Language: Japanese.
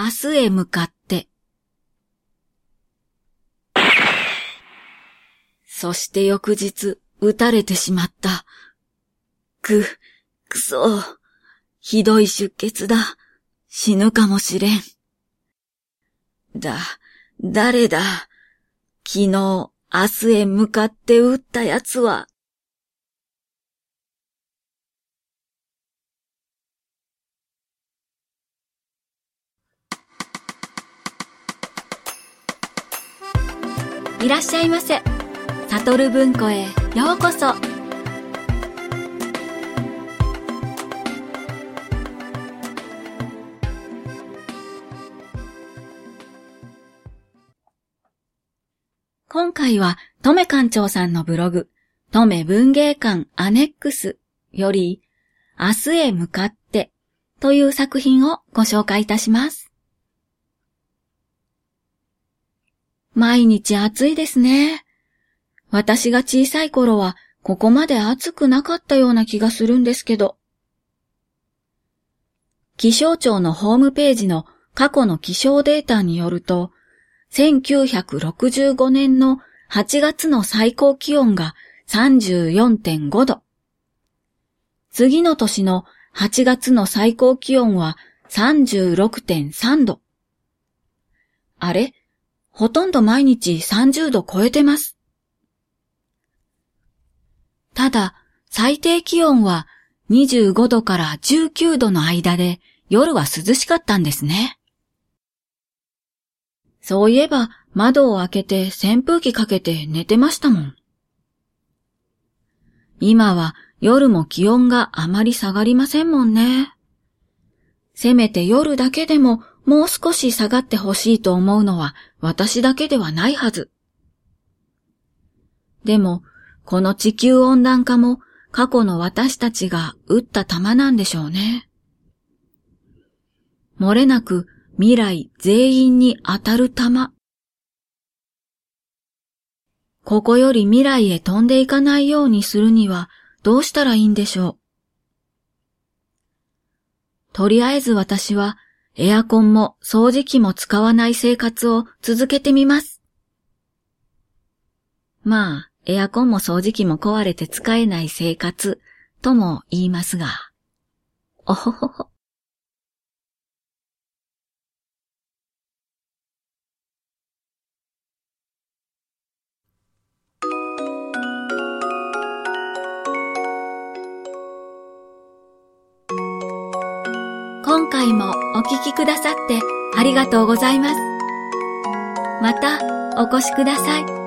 明日へ向かって。そして翌日、撃たれてしまった。くそ、ひどい出血だ。死ぬかもしれん。誰だ。昨日、明日へ向かって撃ったやつは。いらっしゃいませ。サトル文庫へようこそ。今回はトメ館長さんのブログ、トメ文芸館アネックスより、明日へ向かってという作品をご紹介いたします。毎日暑いですね。私が小さい頃はここまで暑くなかったような気がするんですけど。気象庁のホームページの過去の気象データによると、1965年の8月の最高気温が 34.5 度。次の年の8月の最高気温は 36.3 度。あれ？ほとんど毎日30度超えてます。ただ、最低気温は25度から19度の間で夜は涼しかったんですね。そういえば窓を開けて扇風機かけて寝てましたもん。今は夜も気温があまり下がりませんもんね。せめて夜だけでももう少し下がってほしいと思うのは私だけではないはず。でも、この地球温暖化も過去の私たちが打った球なんでしょうね。漏れなく未来全員に当たる球。ここより未来へ飛んでいかないようにするにはどうしたらいいんでしょう。とりあえず私はエアコンも掃除機も使わない生活を続けてみます。まあ、エアコンも掃除機も壊れて使えない生活とも言いますが。おほほほ。今回もお聞きくださってありがとうございます。またお越しください。